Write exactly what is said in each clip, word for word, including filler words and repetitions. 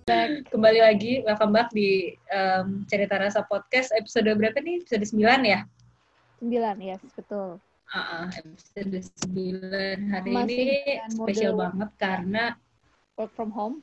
back. Kembali lagi, welcome back di um, Cerita Rasa Podcast. Episode berapa nih? Episode sembilan ya? sembilan, yes, betul. Uh, episode sembilan. Hari Masih ini spesial model banget karena work from home.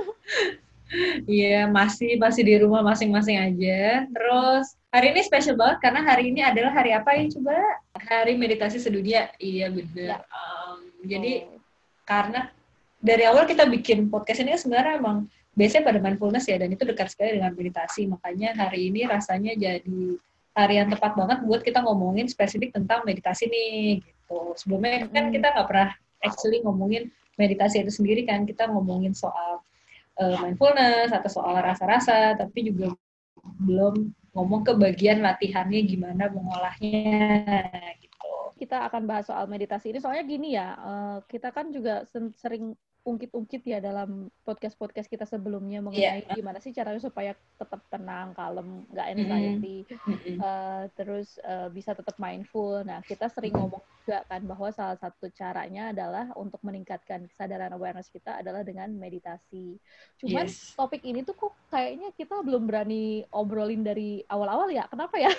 Iya, masih masih di rumah masing-masing aja. Terus hari ini spesial banget karena hari ini adalah hari apa ya coba? Hari meditasi sedunia. Iya benar. Ya. Um, jadi oh. Karena dari awal kita bikin podcast ini sebenarnya emang biasanya pada mindfulness ya, dan itu dekat sekali dengan meditasi. Makanya hari ini rasanya jadi hari yang tepat banget buat kita ngomongin spesifik tentang meditasi nih. Gitu. Sebelumnya kan kita nggak pernah actually ngomongin meditasi itu sendiri kan, kita ngomongin soal uh, mindfulness atau soal rasa-rasa, tapi juga belum ngomong ke bagian latihannya gimana mengolahnya gitu. Kita akan bahas soal meditasi ini soalnya gini ya, uh, kita kan juga sering ungkit-ungkit ya dalam podcast-podcast kita sebelumnya mengenai yeah. gimana sih caranya supaya tetap tenang, kalem, nggak anxiety, mm-hmm. uh, terus uh, bisa tetap mindful. Nah, kita sering ngomong juga kan bahwa salah satu caranya adalah untuk meningkatkan kesadaran awareness kita adalah dengan meditasi. Cuman yes. topik ini tuh kok kayaknya kita belum berani obrolin dari awal-awal ya, kenapa ya?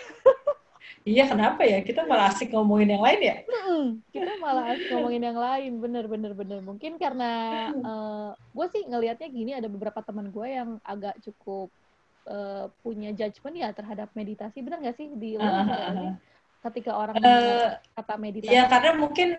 Iya, kenapa ya? Kita malah asik ngomongin yang lain ya? Hmm, kita malah asik ngomongin yang lain, bener-bener. bener. Mungkin karena uh, gue sih ngelihatnya gini, ada beberapa teman gue yang agak cukup uh, punya judgement ya terhadap meditasi. Bener nggak sih? Di uh, uh, uh. Ketika orang uh, kata meditasi. Ya, karena mungkin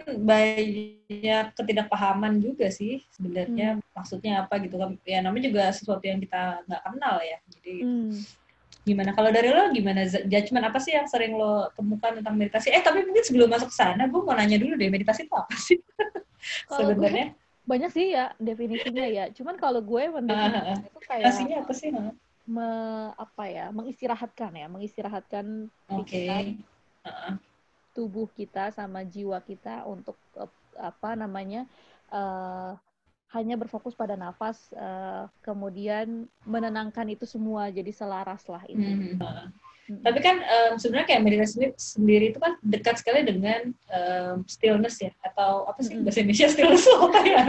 banyak ketidakpahaman juga sih sebenarnya. Hmm. Maksudnya apa gitu kan? Ya, namanya juga sesuatu yang kita nggak kenal ya. Jadi... Hmm. Gimana kalau dari lo, gimana judgement apa sih yang sering lo temukan tentang meditasi? Eh tapi mungkin sebelum masuk ke sana gue mau nanya dulu deh, meditasi itu apa sih sebenarnya? Banyak sih ya definisinya ya, cuman kalau gue mendefinisikan uh, itu kayak meditasinya apa sih? Me, apa ya mengistirahatkan ya mengistirahatkan okay. uh-uh. tubuh kita sama jiwa kita untuk uh, apa namanya uh, hanya berfokus pada nafas, uh, kemudian menenangkan itu semua jadi selaras lah itu. Hmm. Hmm. Tapi kan um, sebenarnya kayak meditasi sendiri itu kan dekat sekali dengan um, stillness ya, atau apa sih hmm. bahasa Indonesia stillness apa ya?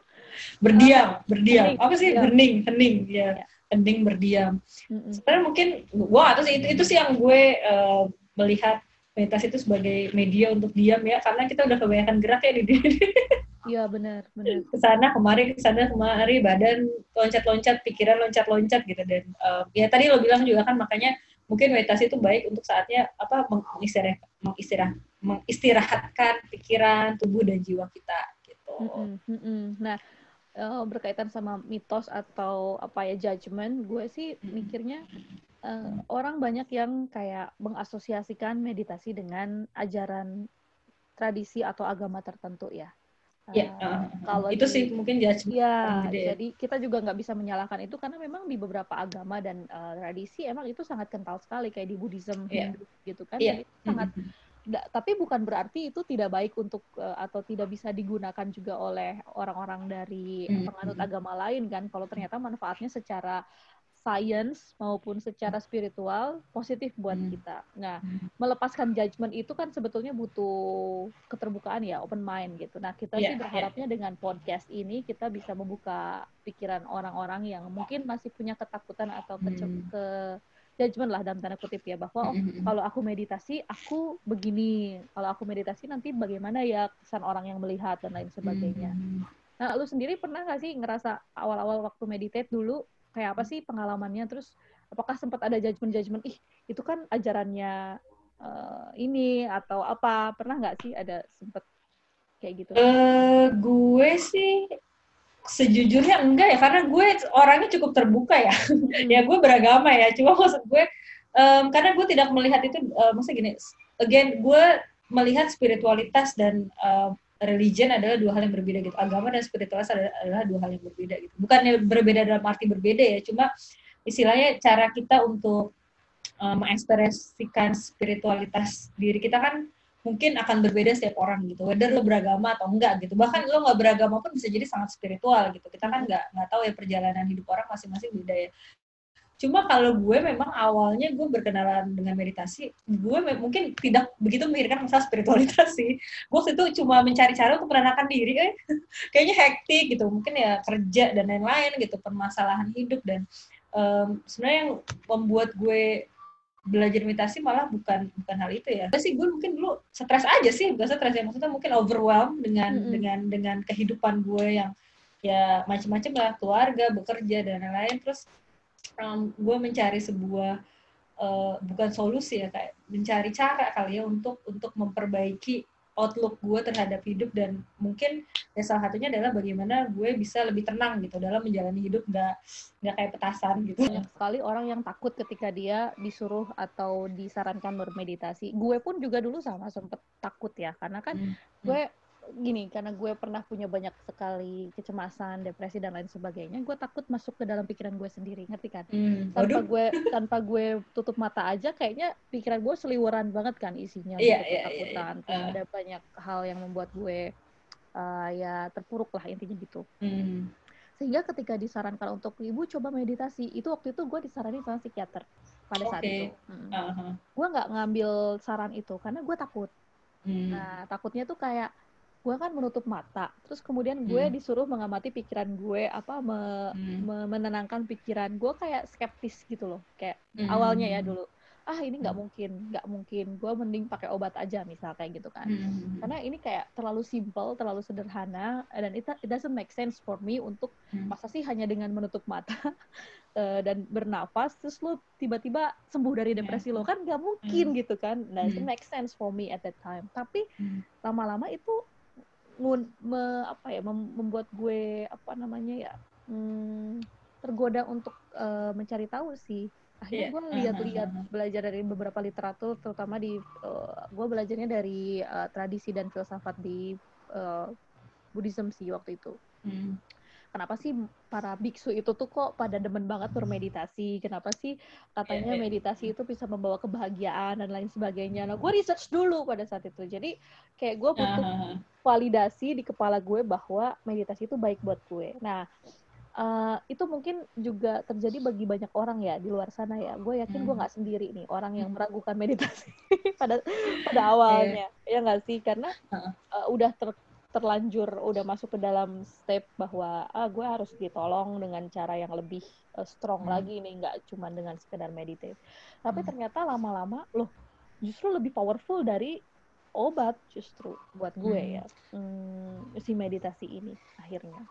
Berdiam, uh, berdiam. Hening. Apa sih ya. Hening, hening ya, ya. Hening berdiam. Hmm. Sebenarnya mungkin, wah itu sih itu, itu sih yang gue uh, melihat meditasi itu sebagai media untuk diam ya, karena kita udah kebanyakan gerak ya di diri. Iya benar, benar. Kesana kemari, kesana kemari, badan loncat-loncat, pikiran loncat-loncat gitu. Dan uh, ya tadi lo bilang juga kan, makanya mungkin meditasi itu baik untuk saatnya apa mengistirah, mengistirah, mengistirahatkan pikiran, tubuh dan jiwa kita gitu. Mm-mm, mm-mm. Nah uh, berkaitan sama mitos atau apa ya judgement, gue sih mikirnya uh, orang banyak yang kayak mengasosiasikan meditasi dengan ajaran tradisi atau agama tertentu ya. Ya, uh, kalau itu di, sih mungkin judgement. Ya, jadi kita juga nggak bisa menyalahkan itu karena memang di beberapa agama dan uh, tradisi emang itu sangat kental sekali kayak di Buddhism, yeah. Hindu gitu kan. Yeah. Jadi sangat, mm-hmm. da, tapi bukan berarti itu tidak baik untuk uh, atau tidak bisa digunakan juga oleh orang-orang dari mm-hmm. penganut agama lain kan. Kalau ternyata manfaatnya secara science maupun secara spiritual positif buat hmm. kita. Nah, hmm. melepaskan judgement itu kan sebetulnya butuh keterbukaan ya, open mind gitu. Nah, kita yeah, sih berharapnya yeah. dengan podcast ini kita bisa membuka pikiran orang-orang yang mungkin masih punya ketakutan atau ke, hmm. ke judgement lah dalam tanda kutip ya, bahwa oh hmm. kalau aku meditasi aku begini, kalau aku meditasi nanti bagaimana ya kesan orang yang melihat dan lain sebagainya. Hmm. Nah, lu sendiri pernah nggak sih ngerasa awal-awal waktu meditate dulu kayak apa sih pengalamannya, terus apakah sempat ada judgement-judgement, ih itu kan ajarannya uh, ini atau apa, pernah nggak sih ada sempat kayak gitu? Uh, gue sih sejujurnya enggak ya, karena gue orangnya cukup terbuka ya, hmm. ya gue beragama ya, cuma maksud gue um, karena gue tidak melihat itu, uh, maksudnya gini, again gue melihat spiritualitas dan uh, religion adalah dua hal yang berbeda gitu. Agama dan spiritualitas adalah, adalah dua hal yang berbeda gitu. Bukannya berbeda dalam arti berbeda ya, cuma istilahnya cara kita untuk um, mengekspresikan spiritualitas diri kita kan mungkin akan berbeda setiap orang gitu. Whether lo beragama atau enggak gitu. Bahkan lo nggak beragama pun bisa jadi sangat spiritual gitu. Kita kan nggak nggak tahu ya perjalanan hidup orang masing-masing beda ya. Cuma kalau gue memang awalnya gue berkenalan dengan meditasi, gue me- mungkin tidak begitu memikirkan masalah spiritualitas sih. Gue waktu itu cuma mencari cara untuk menenangkan diri, eh kayaknya hektik gitu, mungkin ya kerja dan lain-lain gitu, permasalahan hidup. Dan um, sebenarnya yang membuat gue belajar meditasi malah bukan bukan hal itu ya. Gue sih gue mungkin dulu stres aja sih, bukan stres ya, maksudnya mungkin overwhelmed dengan mm-hmm. dengan dengan kehidupan gue yang ya macam-macam lah, keluarga, bekerja dan lain-lain. Terus Um, gue mencari sebuah uh, bukan solusi ya, kayak mencari cara kali ya untuk untuk memperbaiki outlook gue terhadap hidup, dan mungkin ya salah satunya adalah bagaimana gue bisa lebih tenang gitu dalam menjalani hidup, nggak nggak kayak petasan gitu. Banyak sekali orang yang takut ketika dia disuruh atau disarankan bermeditasi. Gue pun juga dulu sama sempet takut ya, karena kan hmm. gue gini, karena gue pernah punya banyak sekali kecemasan, depresi dan lain sebagainya, gue takut masuk ke dalam pikiran gue sendiri, ngerti kan? Mm, tanpa gue tanpa gue tutup mata aja, kayaknya pikiran gue seliweran banget kan isinya, yeah, gitu, yeah, ketakutan. Yeah, yeah. Uh. Ada banyak hal yang membuat gue uh, ya terpuruk lah intinya gitu. Mm. Sehingga ketika disarankan untuk ibu coba meditasi, itu waktu itu gue disaranin sama psikiater pada saat okay. itu. Mm. Uh-huh. Gue nggak ngambil saran itu karena gue takut. Mm. Nah takutnya tuh kayak gue kan menutup mata, terus kemudian gue hmm. disuruh mengamati pikiran gue, apa me, hmm. me, menenangkan pikiran gue, kayak skeptis gitu loh, kayak hmm. awalnya ya dulu, ah ini nggak hmm. mungkin, nggak mungkin, gue mending pakai obat aja misal kayak gitu kan, hmm. karena ini kayak terlalu simple, terlalu sederhana, dan it, it doesn't make sense for me untuk hmm. masa sih hanya dengan menutup mata uh, dan bernafas, terus lo tiba-tiba sembuh dari depresi yeah. lo, kan nggak mungkin hmm. gitu kan, nah it make sense for me at that time, tapi hmm. lama-lama itu Ngun, me, apa ya mem, membuat gue apa namanya ya hmm, tergoda untuk uh, mencari tahu sih. Akhirnya yeah. gue lihat-lihat uh-huh. belajar dari beberapa literatur, terutama di uh, gue belajarnya dari uh, tradisi dan filsafat di uh, Buddhism sih waktu itu. Hmm. Kenapa sih para biksu itu tuh kok pada demen banget bermeditasi? Kenapa sih katanya yeah, yeah. meditasi itu bisa membawa kebahagiaan dan lain sebagainya? Nah, gue research dulu pada saat itu. Jadi kayak gue butuh uh-huh. validasi di kepala gue bahwa meditasi itu baik buat gue. Nah, uh, itu mungkin juga terjadi bagi banyak orang ya di luar sana ya. Gue yakin hmm. gue nggak sendiri nih orang yang meragukan meditasi pada pada awalnya, yeah. ya nggak sih? Karena uh-uh. uh, udah ter terlanjur udah masuk ke dalam step bahwa ah gue harus ditolong dengan cara yang lebih uh, strong hmm. lagi nih, nggak cuma dengan sekedar meditate. Tapi hmm. ternyata lama-lama loh justru lebih powerful dari obat justru buat gue hmm. ya hmm, si meditasi ini akhirnya.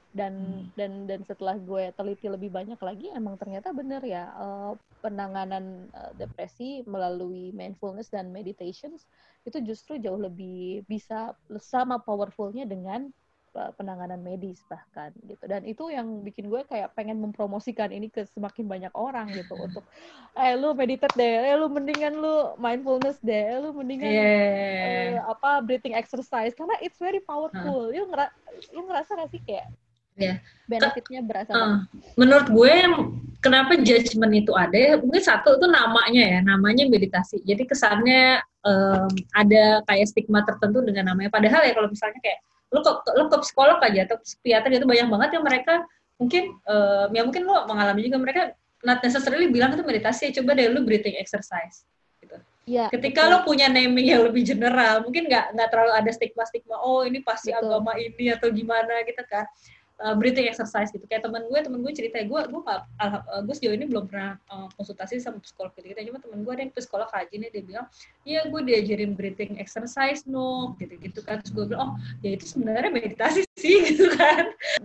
Dan hmm. dan dan setelah gue teliti lebih banyak lagi, emang ternyata benar ya uh, penanganan uh, depresi melalui mindfulness dan meditations itu justru jauh lebih bisa sama powerfulnya dengan uh, penanganan medis bahkan gitu. Dan itu yang bikin gue kayak pengen mempromosikan ini ke semakin banyak orang gitu untuk eh lu meditate deh, eh lu mendingan lu mindfulness deh, eh, lu mendingan yeah. uh, apa breathing exercise karena it's very powerful. Huh. Lu ngera- lu ngerasa gak sih kayak ya. benefitnya berasa uh, menurut gue kenapa judgement itu ada ya, mungkin satu itu namanya ya, namanya meditasi, jadi kesannya um, ada kayak stigma tertentu dengan namanya, padahal ya kalau misalnya kayak lu ke, lu ke psikolog aja atau psikiater itu banyak banget yang mereka mungkin um, ya mungkin lu mengalami juga, mereka not necessarily bilang itu meditasi, coba deh lu breathing exercise gitu. Ya, ketika betul. Lo punya naming yang lebih general, mungkin nggak nggak terlalu ada stigma-stigma, oh ini pasti betul. Agama ini atau gimana gitu kan. Uh, breathing exercise gitu, kayak teman gue teman gue cerita, gue gue nggak uh, gue sejauh ini belum pernah uh, konsultasi sama psikolog gitu, cuma teman gue ada yang psikolog rajin nih, dia bilang iya gue diajarin breathing exercise no gitu gitu kan, terus gue bilang oh ya itu sebenarnya meditasi sih gitu kan.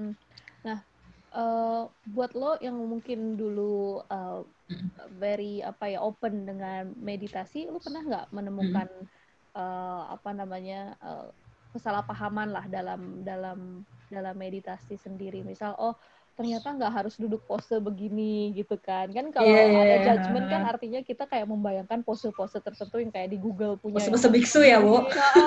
Nah uh, buat lo yang mungkin dulu uh, very apa ya open dengan meditasi, lo pernah nggak menemukan hmm. uh, apa namanya uh, kesalahpahaman lah dalam dalam dalam meditasi sendiri, misal oh ternyata nggak harus duduk pose begini gitu kan, kan kalau yeah, ada judgement kan artinya kita kayak membayangkan pose-pose tertentu yang kayak di Google punya pose-pose biksu ya Bu,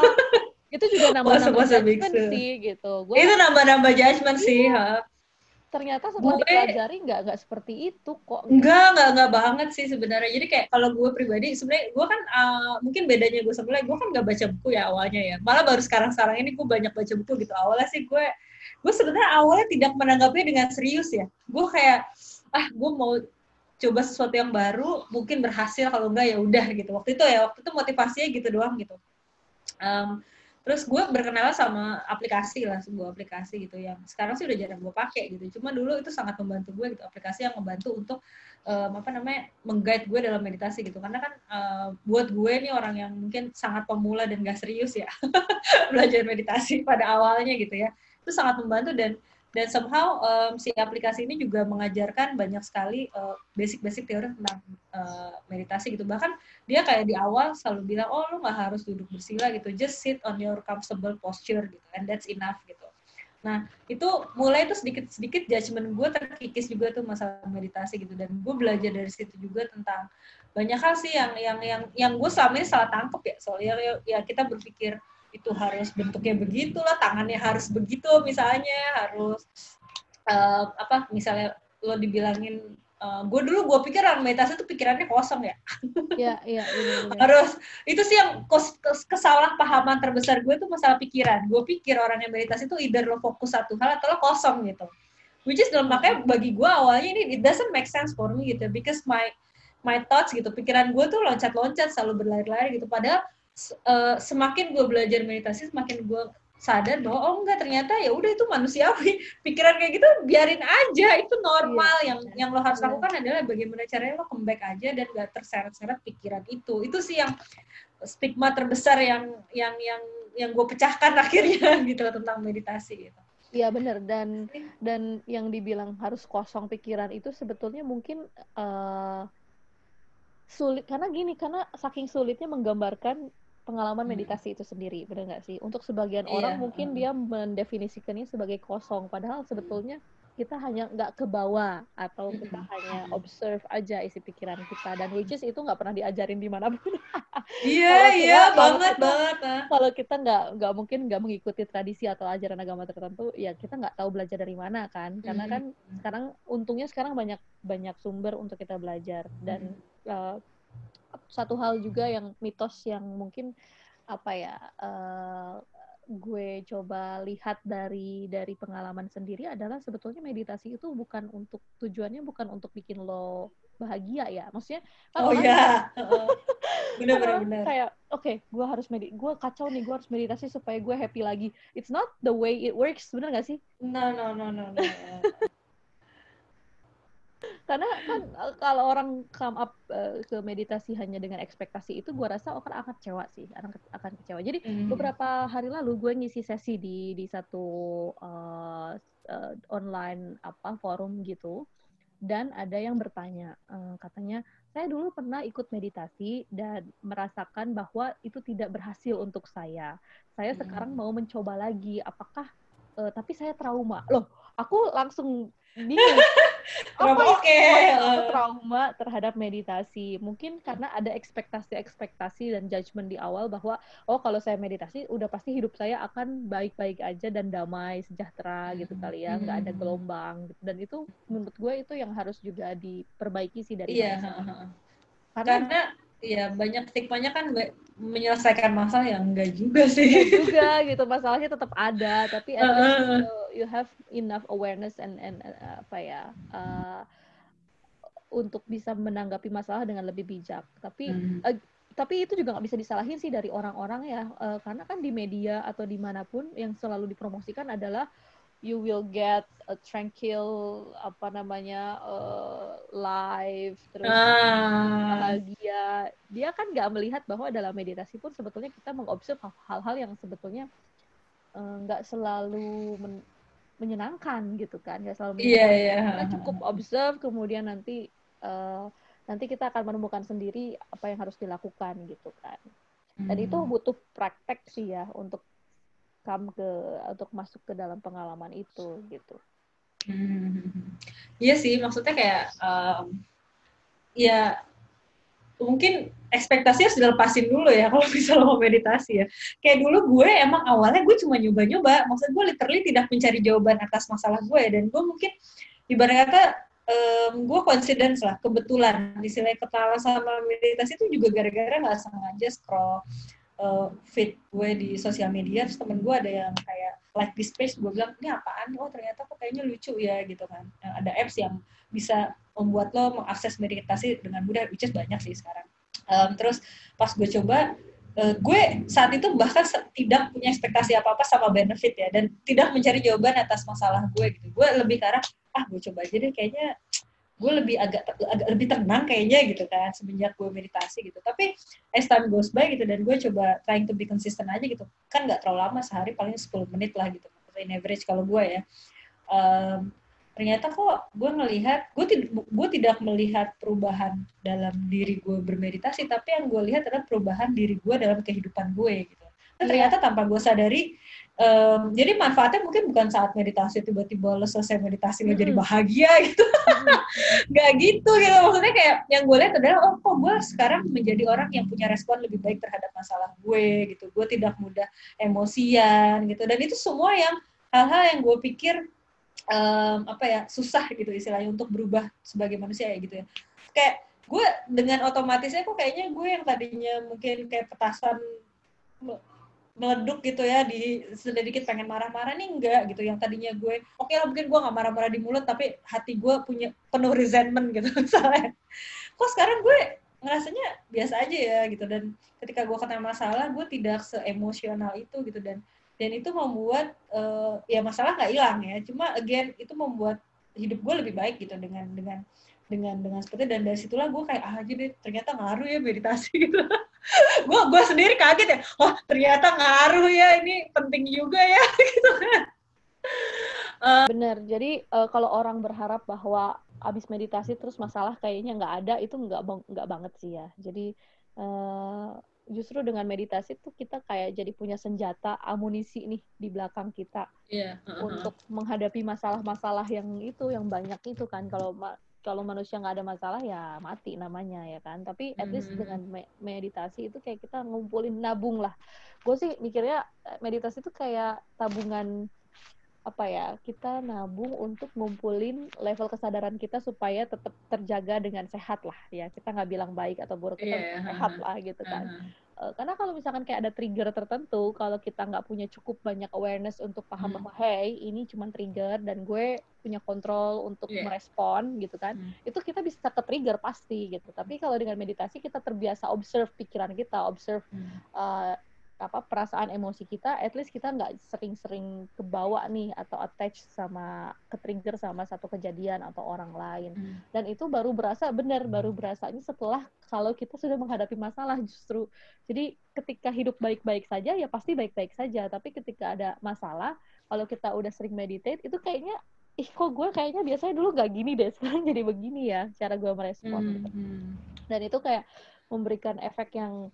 itu juga nambah-nambah judgement sih gitu. Gua, itu nambah-nambah judgement iya. sih ha. Ternyata setelah gue, dipelajari nggak nggak seperti itu kok. Enggak, nggak nggak banget sih sebenarnya. Jadi kayak kalau gue pribadi sebenarnya gue kan uh, mungkin bedanya gue sebenarnya gue kan nggak baca buku ya awalnya ya. Malah baru sekarang-sekarang ini gue banyak baca buku gitu. Awalnya sih gue gue sebenarnya awalnya tidak menanggapinya dengan serius ya. Gue kayak ah gue mau coba sesuatu yang baru, mungkin berhasil, kalau enggak ya udah gitu. Waktu itu ya, waktu itu motivasinya gitu doang gitu. Um, terus gue berkenalan sama aplikasi lah, sebuah aplikasi gitu yang sekarang sih udah jarang gue pakai gitu. Cuma dulu itu sangat membantu gue gitu, aplikasi yang membantu untuk um, apa namanya mengguide gue dalam meditasi gitu. Karena kan uh, buat gue nih orang yang mungkin sangat pemula dan gak serius ya belajar meditasi pada awalnya gitu ya, itu sangat membantu dan dan somehow um, si aplikasi ini juga mengajarkan banyak sekali uh, basic-basic teori tentang uh, meditasi gitu. Bahkan dia kayak di awal selalu bilang, oh lu nggak harus duduk bersila gitu, just sit on your comfortable posture gitu, and that's enough gitu. Nah itu mulai tuh sedikit-sedikit judgement gue terkikis juga tuh masalah meditasi gitu, dan gue belajar dari situ juga tentang banyak hal sih yang yang yang yang gue selama ini salah tangkep ya, soalnya ya, ya kita berpikir itu harus bentuknya begitu lah, tangannya harus begitu misalnya, harus uh, apa misalnya lo dibilangin uh, gue dulu gue pikir orang meditasi itu pikirannya kosong ya. Iya, iya, benar-benar. Harus itu sih yang kos, kes, kesalahpahaman terbesar gue tuh masalah pikiran. Gue pikir orang yang meditasi itu either lo fokus satu hal atau lo kosong gitu. Which is dalam makanya bagi gue awalnya ini it doesn't make sense for me gitu, because my my thoughts gitu, pikiran gue tuh loncat-loncat selalu berlari-lari gitu. Padahal Uh, semakin gue belajar meditasi, semakin gue sadar bahwa oh enggak, ternyata ya udah itu manusiawi, pikiran kayak gitu biarin aja, itu normal. Iya. yang yang lo harus iya. lakukan adalah bagaimana caranya lo comeback aja dan gak terseret-seret pikiran itu. Itu sih yang stigma terbesar yang yang yang yang gue pecahkan akhirnya gitu tentang meditasi gitu. Iya benar, dan dan yang dibilang harus kosong pikiran itu sebetulnya mungkin uh, sulit karena gini, karena saking sulitnya menggambarkan pengalaman meditasi itu sendiri, benar nggak sih? Untuk sebagian yeah. orang mungkin dia mendefinisikannya sebagai kosong, padahal sebetulnya kita hanya nggak ke bawah atau kita hanya observe aja isi pikiran kita, dan which is itu nggak pernah diajarin dimanapun. Iya iya banget kita, banget. Kalau kita nggak nggak mungkin nggak mengikuti tradisi atau ajaran agama tertentu, ya kita nggak tahu belajar dari mana kan? Karena kan sekarang untungnya sekarang banyak banyak sumber untuk kita belajar, dan uh, satu hal juga yang mitos yang mungkin apa ya uh, gue coba lihat dari dari pengalaman sendiri adalah sebetulnya meditasi itu bukan untuk tujuannya bukan untuk bikin lo bahagia ya, maksudnya kan oh ya benar-benar kayak oke okay, gue harus medit gue kacau nih gue harus meditasi supaya gue happy lagi. It's not the way it works, benar nggak sih? No no no no no. Karena kan kalau orang come up uh, ke meditasi hanya dengan ekspektasi itu, gue rasa orang akan kecewa sih, akan akan kecewa. Jadi mm. beberapa hari lalu gue ngisi sesi di di satu uh, uh, online apa forum gitu, dan ada yang bertanya, uh, katanya saya dulu pernah ikut meditasi dan merasakan bahwa itu tidak berhasil untuk saya. Saya mm. sekarang mau mencoba lagi, apakah? Uh, tapi saya trauma. Loh, aku langsung bingung. Apa okay. Aku trauma terhadap meditasi? Mungkin karena ada ekspektasi-ekspektasi dan judgement di awal bahwa oh kalau saya meditasi udah pasti hidup saya akan baik-baik aja dan damai, sejahtera gitu kali ya, nggak ada gelombang gitu. Dan itu menurut gue itu yang harus juga diperbaiki sih dari iya, karena, karena ya banyak stigmanya kan menyelesaikan masalah yang enggak juga sih. Enggak juga gitu, masalahnya tetap ada, tapi at least uh, you have enough awareness and and uh, apa ya uh, untuk bisa menanggapi masalah dengan lebih bijak. Tapi hmm. uh, tapi itu juga nggak bisa disalahin sih dari orang-orang ya, uh, karena kan di media atau dimanapun yang selalu dipromosikan adalah you will get a tranquil apa namanya uh, life terus ah. bahagia. Dia kan nggak melihat bahwa dalam meditasi pun sebetulnya kita mengobserv hal-hal yang sebetulnya nggak uh, selalu men- menyenangkan gitu kan, nggak selalu menyenangkan. Yeah, yeah. Kita cukup observe, kemudian nanti uh, nanti kita akan menemukan sendiri apa yang harus dilakukan gitu kan. Dan hmm. itu butuh praktek sih ya untuk come ke untuk masuk ke dalam pengalaman itu gitu. Hmm. Iya sih, maksudnya kayak um, ya mungkin ekspektasi harus dilepasin dulu ya kalau misalnya mau meditasi ya. Kayak dulu gue emang awalnya gue cuma nyoba-nyoba, maksud gue literally tidak mencari jawaban atas masalah gue, dan gue mungkin ibarat kata um, gue coincidence lah, kebetulan istilahnya kenal sama meditasi itu juga gara-gara nggak sengaja scroll Uh, feed gue di sosial media, terus temen gue ada yang kayak like this page, gue bilang ini apaan, oh ternyata kok kayaknya lucu ya gitu kan. Ada apps yang bisa membuat lo mengakses meditasi dengan mudah, which is banyak sih sekarang. Um, terus pas gue coba, uh, gue saat itu bahkan tidak punya ekspektasi apa-apa sama benefit ya, dan tidak mencari jawaban atas masalah gue gitu. Gue lebih ke arah, ah gue coba aja deh, kayaknya gue lebih agak, agak lebih tenang kayaknya gitu kan semenjak gue meditasi gitu. Tapi as time goes by gitu, dan gue coba trying to be consistent aja gitu, kan nggak terlalu lama, sehari paling sepuluh menit lah gitu in average kalau gue ya. Um, ternyata kok gue ngelihat, gue tidak gue tidak melihat perubahan dalam diri gue bermeditasi, tapi yang gue lihat adalah perubahan diri gue dalam kehidupan gue gitu. Dan ternyata tanpa gue sadari, Um, jadi manfaatnya mungkin bukan saat meditasi tiba-tiba lo selesai meditasi lo mm-hmm. jadi bahagia gitu. Gak gitu gitu. Maksudnya kayak yang gue lihat adalah, oh kok gue sekarang menjadi orang yang punya respon lebih baik terhadap masalah gue gitu. Gue tidak mudah emosian gitu. Dan itu semua yang hal-hal yang gue pikir um, apa ya susah gitu istilahnya untuk berubah sebagai manusia ya gitu ya. Kayak gue dengan otomatisnya kok kayaknya gue yang tadinya mungkin kayak petasan meleduk gitu ya, di sedikit pengen marah-marah nih enggak gitu, yang tadinya gue oke okay lah mungkin gue nggak marah-marah di mulut tapi hati gue punya penuh resentment gitu misalnya, kok sekarang gue ngerasanya biasa aja ya gitu, dan ketika gue kena masalah gue tidak seemosional itu gitu, dan dan itu membuat uh, ya masalah nggak hilang ya, cuma again itu membuat hidup gue lebih baik gitu dengan dengan dengan dengan seperti, dan dari situlah gue kayak ah jadi ternyata ngaruh ya meditasi gitu. gue gue sendiri kaget ya, oh ternyata ngaruh ya, ini penting juga ya gitu kan. Uh, Bener, jadi uh, kalau orang berharap bahwa abis meditasi terus masalah kayaknya nggak ada, itu nggak nggak banget sih ya. Jadi uh, justru dengan meditasi tuh kita kayak jadi punya senjata, amunisi nih di belakang kita yeah. uh-huh. untuk menghadapi masalah-masalah yang itu, yang banyak itu kan. Kalau ma- kalau manusia nggak ada masalah ya mati namanya ya kan, tapi at least mm-hmm. dengan me- meditasi itu kayak kita ngumpulin, nabung lah. Gue sih mikirnya meditasi itu kayak tabungan apa ya, kita nabung untuk ngumpulin level kesadaran kita supaya tetap terjaga dengan sehat lah ya, kita nggak bilang baik atau buruk, kita yeah, sehat uh-huh. lah gitu kan. uh-huh. Uh, karena kalau misalkan kayak ada trigger tertentu, kalau kita nggak punya cukup banyak awareness untuk paham hmm. bahwa hey ini cuma trigger dan gue punya kontrol untuk yeah. merespon gitu kan, hmm. itu kita bisa ke trigger pasti gitu. Tapi kalau dengan meditasi kita terbiasa observe pikiran kita, observe hmm. uh, apa perasaan emosi kita, at least kita nggak sering-sering kebawa nih atau attach sama ke-trigger sama satu kejadian atau orang lain. Hmm. Dan itu baru berasa, benar baru berasanya setelah kalau kita sudah menghadapi masalah justru. Jadi ketika hidup baik-baik saja ya pasti baik-baik saja, tapi ketika ada masalah, kalau kita udah sering meditate itu kayaknya ih kok gue kayaknya biasanya dulu nggak gini deh, sekarang jadi begini ya cara gue merespon hmm. gitu. Dan itu kayak memberikan efek yang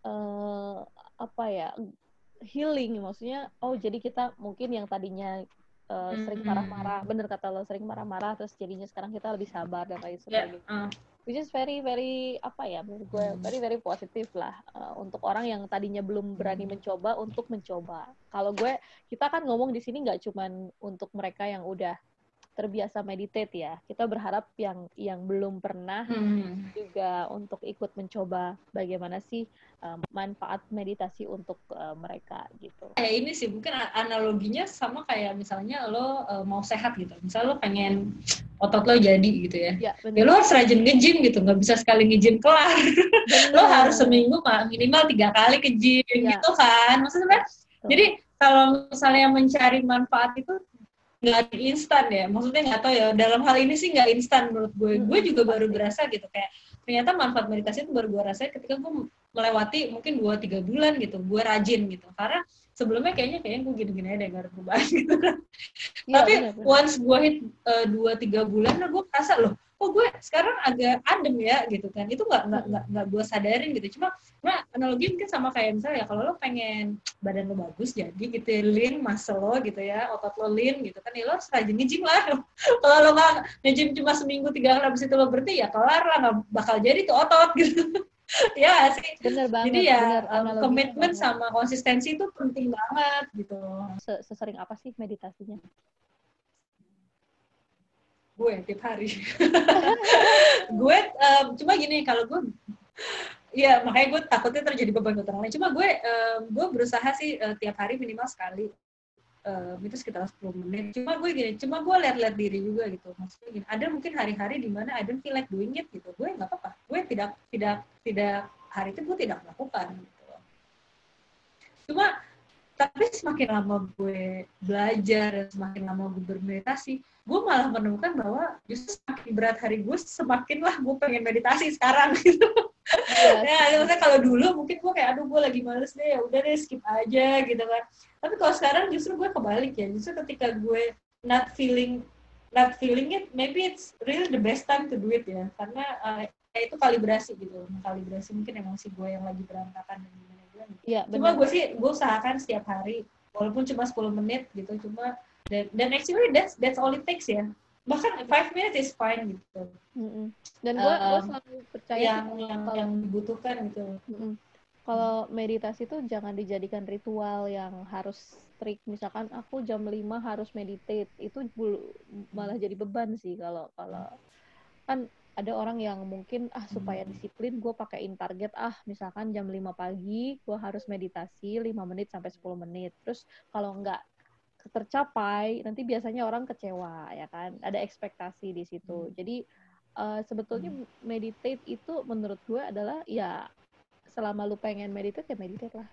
uh, apa ya, healing, maksudnya oh jadi kita mungkin yang tadinya uh, mm-hmm. sering marah-marah, bener kata lo, sering marah-marah terus jadinya sekarang kita lebih sabar dan lain sebagainya. Yeah. Uh. Which is very very apa ya, menurut gue very very positif lah uh, untuk orang yang tadinya belum berani mencoba untuk mencoba. Kalau gue, kita kan ngomong di sini nggak cuman untuk mereka yang udah terbiasa meditate ya, kita berharap yang yang belum pernah hmm. juga untuk ikut mencoba bagaimana sih um, manfaat meditasi untuk uh, mereka gitu. Kayak ini sih mungkin analoginya sama kayak misalnya lo uh, mau sehat gitu, misalnya lo pengen otot lo jadi gitu ya, ya, ya lo harus rajin nge-gym gitu, nggak bisa sekali nge-gym kelar. Lo harus seminggu minimal tiga kali ke gym ya. Gitu kan, maksudnya. Betul. Jadi kalau misalnya mencari manfaat itu nggak instan ya, maksudnya nggak tahu ya, dalam hal ini sih nggak instan menurut gue. Hmm, gue juga baru berasa gitu, kayak ternyata manfaat meditasi itu baru gue rasain ketika gue melewati mungkin dua tiga bulan gitu, gue rajin gitu, karena sebelumnya kayaknya kayaknya gue gini-gini aja deh, gak ada perubahan gitu kan. Ya, tapi bener, bener. Once gue hit dua tiga bulan, nah gue merasa loh, kok gue sekarang agak adem ya gitu kan, itu nggak nggak nggak nggak gue sadarin gitu. Cuma nah analogi mungkin sama kayak misalnya ya, kalau lo pengen badan lo bagus jadi gitu ya, lean muscle lo gitu ya, otot lo lean gitu kan, ya lo harus rajin nge-gym lah. Kalau lo nggak nge-gym cuma seminggu tiga kali habis itu lo berhenti ya kelar lah, nggak bakal jadi tuh otot gitu. Ya sih. Bener banget. Jadi ya bener, komitmen sama konsistensi itu penting banget gitu. Sesering apa sih meditasinya? Gue tiap hari. gue um, cuma gini, kalau gue ya makanya gue takutnya terjadi beban buat orang lain. Cuma gue um, gue berusaha sih uh, tiap hari minimal sekali uh, itu sekitar sepuluh menit. Cuma gue gini, cuma gue lihat-lihat diri juga gitu. Maksudnya gini, ada mungkin hari-hari di mana I don't feel like doing it gitu. Gue nggak apa-apa. Gue tidak tidak tidak hari itu gue tidak melakukan gitu. Cuma tapi semakin lama gue belajar dan semakin lama gue bermeditasi, gue malah menemukan bahwa justru semakin berat hari gue, semakinlah gue pengen meditasi sekarang gitu. Yes. Ya, maksudnya kalau dulu mungkin gue kayak aduh gue lagi males deh, ya udah deh skip aja gitu kan. Tapi kalau sekarang justru gue kebalik ya, justru ketika gue not feeling not feeling it, maybe it's really the best time to do it ya, karena uh, ya itu kalibrasi gitu, kalibrasi mungkin emosi gue yang lagi berantakan dan gimana gimana. Ya, cuma gue sih gue usahakan setiap hari, walaupun cuma sepuluh menit gitu, cuma dan dan actually that's that's all it takes ya. Bahkan five minutes is fine gitu. Mm-hmm. Dan gue um, gue selalu percaya yang yang, kalau, yang dibutuhkan gitu. Mm-hmm. Kalau meditasi tuh jangan dijadikan ritual yang harus strict. Misalkan aku jam lima harus meditate, itu malah jadi beban sih kalau kalau kan ada orang yang mungkin ah supaya disiplin gue pakaiin target ah misalkan jam lima pagi gue harus meditasi lima menit sampai sepuluh menit. Terus kalau nggak tercapai nanti biasanya orang kecewa ya kan, ada ekspektasi di situ. Jadi uh, sebetulnya meditate itu menurut gue adalah ya selama lu pengen meditate ya meditate lah.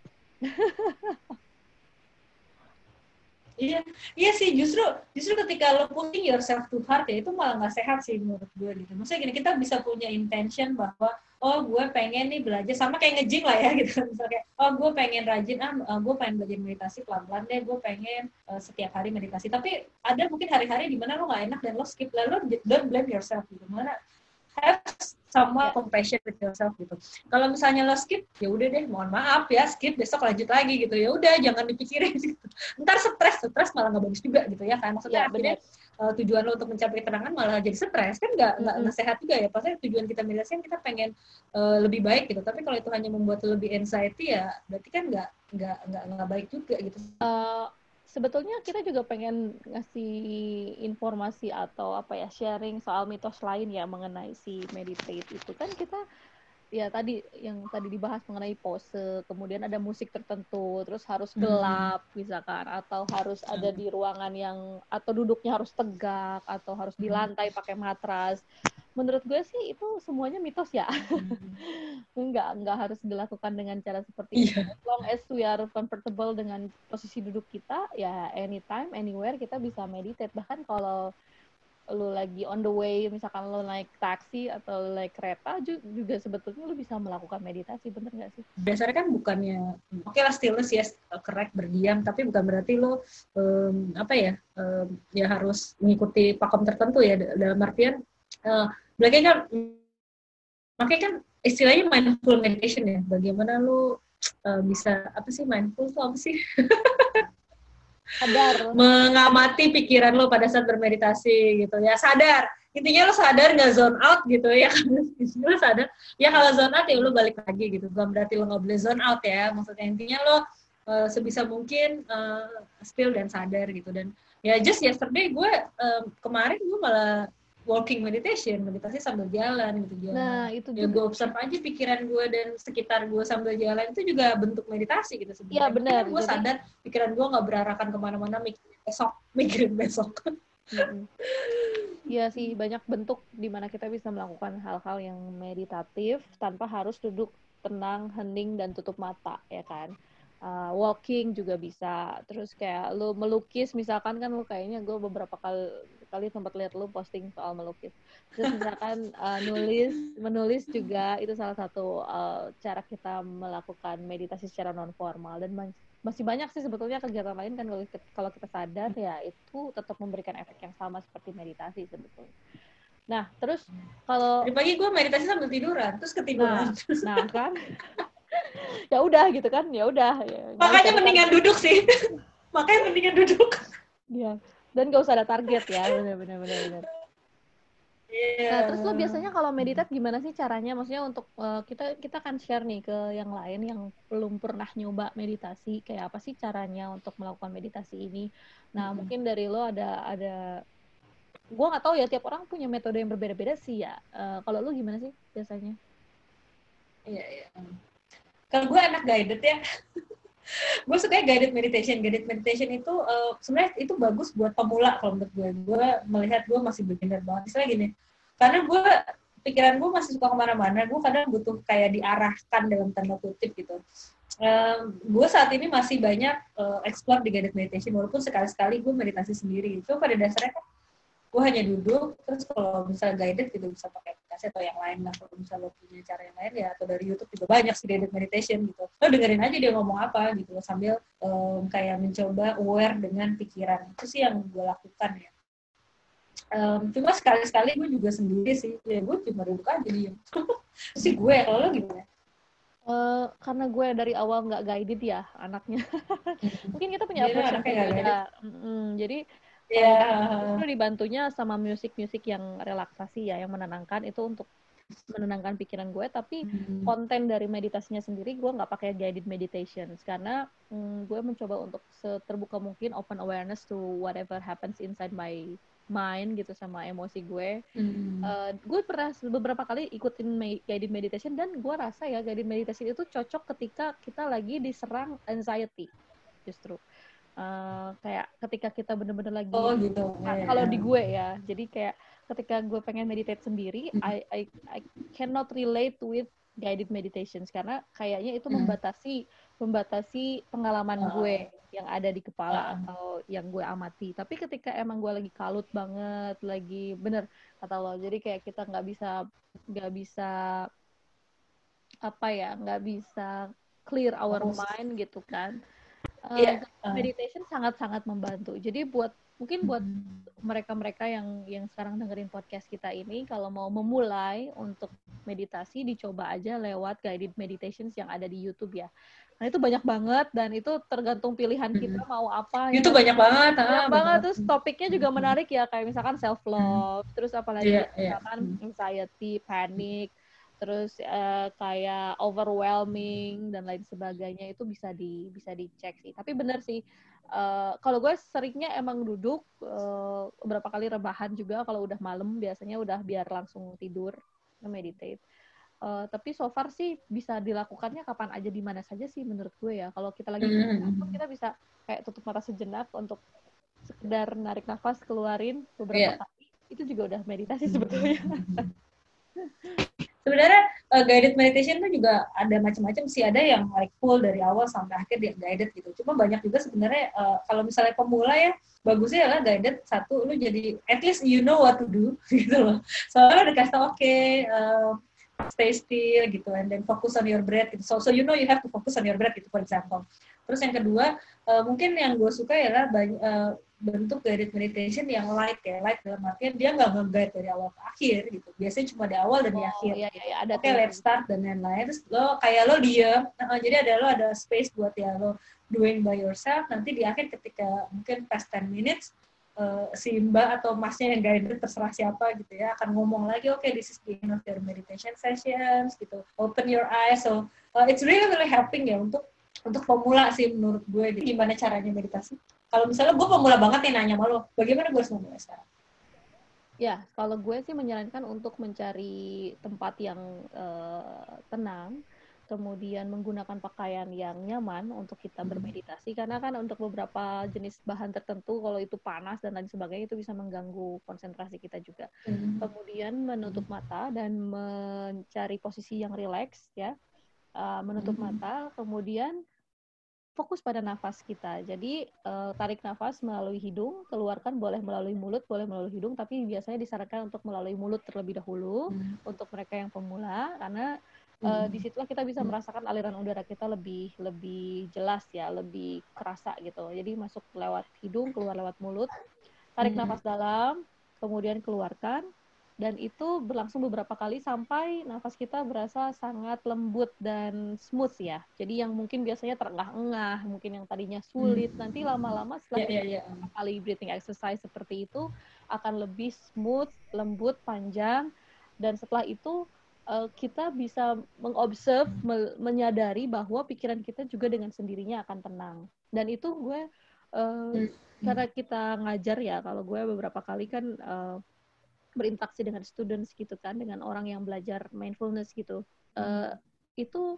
Iya, iya sih justru justru ketika lo pushing yourself too hard ya itu malah nggak sehat sih menurut gue gitu. Maksudnya gini, kita bisa punya intention bahwa oh gue pengen nih belajar sama kayak nge-gym lah ya gitu. Misalnya oh gue pengen rajin ah gue pengen belajar meditasi pelan-pelan deh, gue pengen uh, setiap hari meditasi. Tapi ada mungkin hari-hari di mana lo nggak enak dan lo skip, lalu don't blame yourself gitu. Mana have somewhat yeah. compassion with yourself gitu. Kalau misalnya lo skip, ya udah deh, mohon maaf ya, skip, besok lanjut lagi gitu. Ya udah, jangan dipikirin gitu. Ntar stres, stres malah nggak bagus juga gitu ya kan. Maksudnya yeah, akhirnya uh, tujuan lo untuk mencapai ketenangan malah jadi stres kan nggak nggak mm-hmm. sehat juga ya. Pasti tujuan kita meditasi kan kita pengen uh, lebih baik gitu. Tapi kalau itu hanya membuat lo lebih anxiety ya, berarti kan nggak nggak nggak nggak baik juga gitu. Uh, Sebetulnya kita juga pengen ngasih informasi atau apa ya sharing soal mitos lain ya mengenai si meditate itu kan. Kita ya tadi yang tadi dibahas mengenai pose, kemudian ada musik tertentu, terus harus gelap hmm. misalkan, atau harus hmm. ada di ruangan yang atau duduknya harus tegak atau harus di lantai pakai matras. Menurut gue sih itu semuanya mitos ya. Hmm. Enggak, enggak harus dilakukan dengan cara seperti yeah. itu. As long as we are comfortable dengan posisi duduk kita, ya anytime, anywhere kita bisa meditate. Bahkan kalau lu lagi on the way, misalkan lu naik taksi atau naik kereta, juga sebetulnya lu bisa melakukan meditasi, bener nggak sih? Dasarnya kan bukannya, oke okay lah stillness ya, yes, correct, berdiam, tapi bukan berarti lu um, apa ya, um, ya harus mengikuti pakem tertentu ya, dalam artian uh, Belakang kan, makanya kan istilahnya mindful meditation ya. Bagaimana lu uh, bisa, apa sih mindful itu apa sih? Sadar. Mengamati pikiran lu pada saat bermeditasi gitu ya. Sadar. Intinya lu sadar nggak zone out gitu ya. Lu sadar. Ya kalau zone out ya lu balik lagi gitu. Bukan berarti lu nggak boleh zone out ya. Maksudnya intinya lu uh, sebisa mungkin uh, still dan sadar gitu. Dan ya just yesterday gue uh, kemarin gue malah walking meditation, meditasi sambil jalan gitu jalan. Nah, itu juga. Ya gue observe aja pikiran gue dan sekitar gue sambil jalan itu juga bentuk meditasi gitu sebenarnya. Iya benar. Gue jadi sadar pikiran gue nggak berarakan kemana-mana mikirin besok, mikirin besok. Iya sih, banyak bentuk di mana kita bisa melakukan hal-hal yang meditatif tanpa harus duduk tenang, hening dan tutup mata, ya kan. Uh, walking juga bisa, terus kayak lu melukis misalkan kan, lu kayaknya gue beberapa kali kali sempat lihat lu posting soal melukis, terus misalkan uh, nulis menulis juga itu salah satu uh, cara kita melakukan meditasi secara non formal. Dan man- masih banyak sih sebetulnya kegiatan lain kan, kalau kita, kalau kita sadar ya itu tetap memberikan efek yang sama seperti meditasi sebetulnya. Nah terus kalau dari pagi gue meditasi sambil tiduran terus ketiduran. Nah, nah kan ya udah gitu kan, ya udah ya, makanya mendingan duduk sih. Makanya mendingan duduk ya, dan gak usah ada target ya. Bener-bener bener. Yeah. Nah terus lo biasanya kalau meditate gimana sih caranya, maksudnya untuk uh, kita kita kan share nih ke yang lain yang belum pernah nyoba meditasi, kayak apa sih caranya untuk melakukan meditasi ini. Nah mm-hmm. mungkin dari lo ada ada gue nggak tahu ya, tiap orang punya metode yang berbeda-beda sih ya. Uh, kalau lo gimana sih biasanya? Iya yeah, iya yeah. Kalau gue anak guided ya, Gue suka guided meditation. Guided meditation itu uh, sebenarnya itu bagus buat pemula kalau menurut gue. Gue melihat gue masih beginner banget. Misalnya gini, karena gue pikiran gue masih suka kemana-mana. Gue kadang butuh kayak diarahkan dalam tanda kutip gitu. Um, gue saat ini masih banyak uh, explore di guided meditation. Walaupun sekali-sekali gue meditasi sendiri. Itu pada dasarnya kan gue hanya duduk, terus kalau misalnya guided gitu bisa pakai aplikasi atau yang lain lah, kalau misalnya lo punya cara yang lain ya, atau dari YouTube juga banyak sih guided meditation gitu, lo dengerin aja dia ngomong apa gitu, sambil um, kayak mencoba aware dengan pikiran. Itu sih yang gue lakukan ya. Um, cuma sekali-sekali gue juga sendiri sih, ya gue cuma duduk aja diem. Itu sih gue, kalau lo gimana? Uh, karena gue dari awal nggak guided ya anaknya. Mungkin kita punya Dia approach yang berbeda. Mm-hmm. Jadi yeah. uh, dibantunya sama musik-musik yang relaksasi ya, yang menenangkan, itu untuk menenangkan pikiran gue. Tapi hmm. konten dari meditasinya sendiri gue nggak pakai guided meditation karena mm, gue mencoba untuk seterbuka mungkin open awareness to whatever happens inside my mind gitu, sama emosi gue. Hmm. Uh, gue pernah beberapa kali ikutin guided meditation dan gue rasa ya guided meditation itu cocok ketika kita lagi diserang anxiety justru. Uh, kayak ketika kita bener-bener lagi oh, gitu. Nah, kalau di gue ya, jadi kayak ketika gue pengen meditate sendiri, mm. I, I I cannot relate with guided meditations karena kayaknya itu mm. membatasi membatasi pengalaman uh. gue yang ada di kepala uh. atau yang gue amati. Tapi ketika emang gue lagi kalut banget, lagi bener kata lo, jadi kayak kita nggak bisa nggak bisa apa ya, nggak bisa clear our oh. mind gitu kan. Uh, yeah. Meditation sangat-sangat membantu. Jadi buat mungkin buat mereka-mereka yang yang sekarang dengerin podcast kita ini, kalau mau memulai untuk meditasi, dicoba aja lewat guided meditations yang ada di YouTube ya. Nah itu banyak banget dan itu tergantung pilihan kita mau apa. YouTube ya. banyak banget. Banyak ah, banget. Terus topiknya juga menarik ya, kayak misalkan self love, terus apalagi yeah, misalkan yeah. anxiety, panic, terus uh, kayak overwhelming dan lain sebagainya, itu bisa di bisa dicek sih. Tapi benar sih, uh, kalau gue seringnya emang duduk, uh, beberapa kali rebahan juga kalau udah malam, biasanya udah biar langsung tidur, meditate. Uh, tapi so far sih bisa dilakukannya kapan aja di mana saja sih menurut gue ya. Kalau kita lagi mm-hmm. kita bisa kayak tutup mata sejenak untuk sekedar narik nafas, keluarin beberapa yeah. kali. Itu juga udah meditasi sebetulnya. Sebenarnya uh, guided meditation itu juga ada macam-macam sih. Ada yang like full dari awal sampai akhir dia guided gitu. Cuma banyak juga sebenarnya uh, kalau misalnya pemula ya, bagusnya adalah guided satu, lu jadi at least you know what to do gitu loh. Soalnya udah kasih tau oke, okay, uh, stay still gitu, and then focus on your breath gitu. So, so you know you have to focus on your breath gitu, for example. Terus yang kedua, uh, mungkin yang gue suka adalah banyak, uh, bentuk guided meditation yang light ya, light dalam artian dia nggak nge-guide dari awal ke akhir gitu. Biasanya cuma di awal dan oh, di akhir. Iya, iya, ada Oke, okay, let's start dan lain-lain. Terus lo kayak lo diem, uh, jadi ada lo ada space buat ya lo doing by yourself. Nanti di akhir ketika mungkin past ten minutes, uh, si mbak atau masnya yang guided terserah siapa gitu ya akan ngomong lagi, oke okay, this is the end of your meditation sessions gitu. Open your eyes. So uh, it's really really helping ya untuk untuk pemula sih menurut gue. Gitu. Gimana caranya meditasi? Kalau misalnya gue pemula banget nih nanya sama lo, bagaimana gue harus memulai sekarang? Ya, kalau gue sih menyarankan untuk mencari tempat yang uh, tenang, kemudian menggunakan pakaian yang nyaman untuk kita bermeditasi, karena kan untuk beberapa jenis bahan tertentu, kalau itu panas dan lain sebagainya, itu bisa mengganggu konsentrasi kita juga. Hmm. Kemudian menutup mata dan mencari posisi yang rileks, ya, uh, menutup hmm. mata, kemudian fokus pada nafas kita. Jadi uh, tarik nafas melalui hidung, keluarkan boleh melalui mulut, boleh melalui hidung, tapi biasanya disarankan untuk melalui mulut terlebih dahulu hmm. untuk mereka yang pemula, karena uh, hmm. disitulah kita bisa merasakan aliran udara kita lebih lebih jelas ya, lebih kerasa gitu. Jadi masuk lewat hidung, keluar lewat mulut, tarik hmm. nafas dalam, kemudian keluarkan. Dan itu berlangsung beberapa kali sampai nafas kita berasa sangat lembut dan smooth ya. Jadi yang mungkin biasanya terengah-engah, mungkin yang tadinya sulit, hmm. nanti lama-lama setelah yeah, yeah, yeah. beberapa kali breathing exercise seperti itu akan lebih smooth, lembut, panjang. Dan setelah itu uh, kita bisa mengobserve, me- menyadari bahwa pikiran kita juga dengan sendirinya akan tenang. Dan itu gue, uh, hmm. karena kita ngajar ya, kalau gue beberapa kali kan uh, berinteraksi dengan students gitu kan, dengan orang yang belajar mindfulness gitu. Uh, itu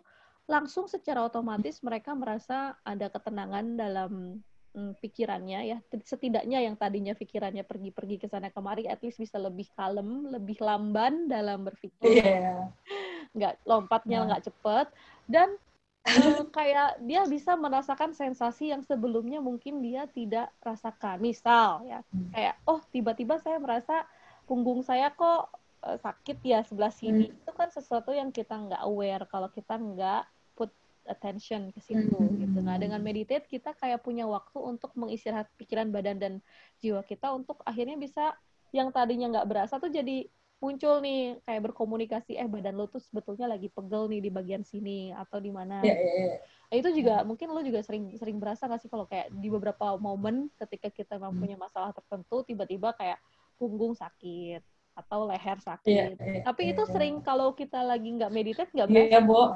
langsung secara otomatis mereka merasa ada ketenangan dalam hmm, pikirannya ya. Setidaknya yang tadinya pikirannya pergi-pergi ke sana kemari, at least bisa lebih kalem, lebih lamban dalam berpikir. Yeah. Nggak lompatnya nggak yeah. cepet, dan uh, kayak dia bisa merasakan sensasi yang sebelumnya mungkin dia tidak rasakan. Misal ya, kayak oh tiba-tiba saya merasa punggung saya kok uh, sakit ya sebelah sini. Hmm. Itu kan sesuatu yang kita nggak aware kalau kita nggak put attention ke situ. Hmm. Gitu. Nah dengan meditate kita kayak punya waktu untuk mengistirahat pikiran, badan dan jiwa kita untuk akhirnya bisa yang tadinya nggak berasa tuh jadi muncul nih kayak berkomunikasi, eh badan lo tuh sebetulnya lagi pegel nih di bagian sini atau di mana. Yeah, yeah, yeah. Nah, itu juga mungkin lo juga sering sering berasa nggak sih kalau kayak di beberapa momen ketika kita mempunyai masalah tertentu tiba-tiba kayak punggung sakit atau leher sakit. Yeah, yeah, Tapi yeah, itu yeah. sering kalau kita lagi nggak meditate nggak berasa. Iya, yeah, Bo.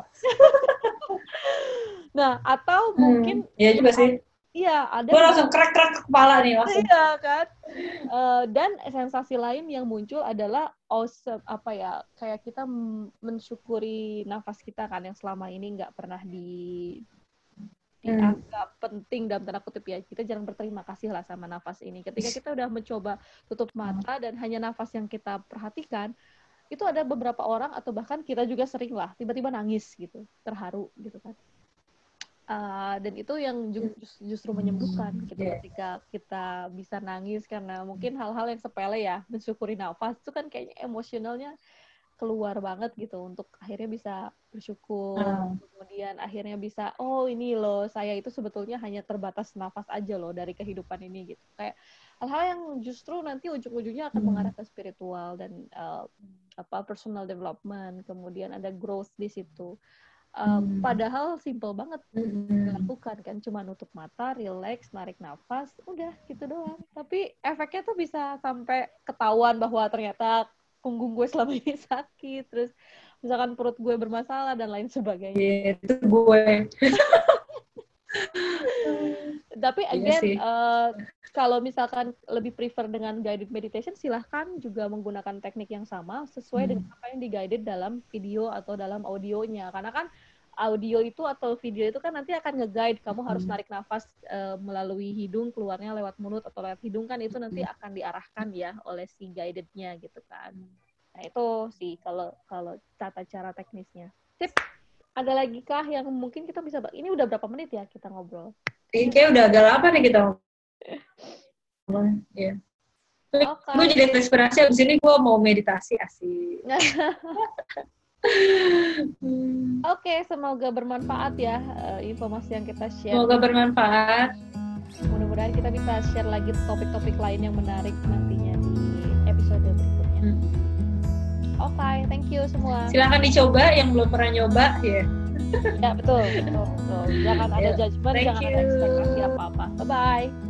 Nah, atau mungkin Iya hmm, juga sih. Iya, ada. Gue langsung krek-krek kepala nih langsung. Iya kan. Uh, dan sensasi lain yang muncul adalah awesome, apa ya, kayak kita mensyukuri nafas kita kan yang selama ini nggak pernah di dianggap hmm. penting dalam tanda kutip ya. Kita jarang berterima kasih lah sama nafas ini. Ketika kita udah mencoba tutup mata dan hanya nafas yang kita perhatikan, itu ada beberapa orang atau bahkan kita juga sering lah tiba-tiba nangis gitu, terharu gitu kan. Uh, dan itu yang just, justru menyembuhkan gitu ketika kita bisa nangis karena mungkin hal-hal yang sepele ya, mensyukuri nafas itu kan kayaknya emosionalnya keluar banget gitu untuk akhirnya bisa bersyukur, uh. kemudian akhirnya bisa oh ini loh saya itu sebetulnya hanya terbatas nafas aja loh dari kehidupan ini gitu, kayak hal-hal yang justru nanti ujung-ujungnya akan mengarah ke spiritual dan uh, apa personal development, kemudian ada growth di situ. Uh, hmm. Padahal simple banget hmm. dilakukan kan, cuma nutup mata, relax, narik nafas, udah gitu doang. Tapi efeknya tuh bisa sampai ketahuan bahwa ternyata punggung gue selama ini sakit, terus misalkan perut gue bermasalah dan lain sebagainya. Yeah, itu gue. Tapi again, iya uh, kalau misalkan lebih prefer dengan guided meditation, silahkan juga menggunakan teknik yang sama sesuai hmm. dengan apa yang di-guided dalam video atau dalam audionya. Karena kan audio itu atau video itu kan nanti akan nge-guide kamu harus narik nafas uh, melalui hidung, keluarnya lewat mulut atau lewat hidung, kan itu nanti akan diarahkan ya oleh si guided-nya gitu kan. Nah itu sih kalau kalau tata cara teknisnya. Sip. Ada lagi kah yang mungkin kita bisa... Ini udah berapa menit ya kita ngobrol? Ini kayak udah agak lama nih kita ngobrol. Iya. Okay. Gue jadi inspirasi, abis ini gue mau meditasi asik. hmm. Oke, okay, semoga bermanfaat ya uh, informasi yang kita share. Semoga bermanfaat. Mudah-mudahan kita bisa share lagi topik-topik lain yang menarik nantinya di episode berikutnya. Hmm. Oke, okay, thank you semua. Silakan dicoba yang belum pernah nyoba ya. Ya betul, betul, betul. Jangan ada judgement, jangan ada ekspektasi apa-apa. Bye bye.